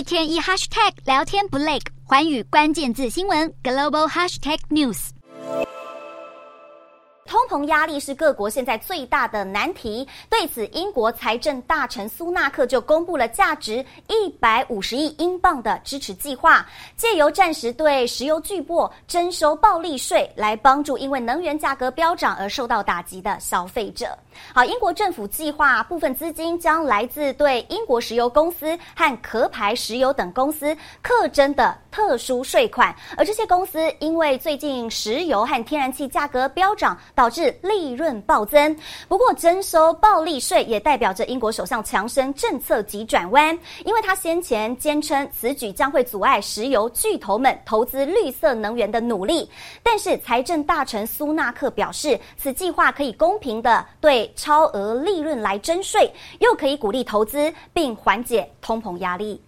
天一 hashtag 聊天不累，寰宇关键字新闻 global hashtag news。 通膨压力是各国现在最大的难题，对此，英国财政大臣苏纳克就公布了价值150亿英镑的支持计划，借由暂时对石油巨擘征收暴利税，来帮助因为能源价格飙涨而受到打击的消费者。好，英国政府计划部分资金将来自对英国石油公司和壳牌石油等公司课征的特殊税款，而这些公司因为最近石油和天然气价格飙涨，导致利润暴增。不过，征收暴利税也代表着英国首相强生政策急转弯，因为他先前坚称此举将会阻碍石油巨头们投资绿色能源的努力。但是，财政大臣苏纳克表示，此计划可以公平地对超额利润来征税，又可以鼓励投资，并缓解通膨压力。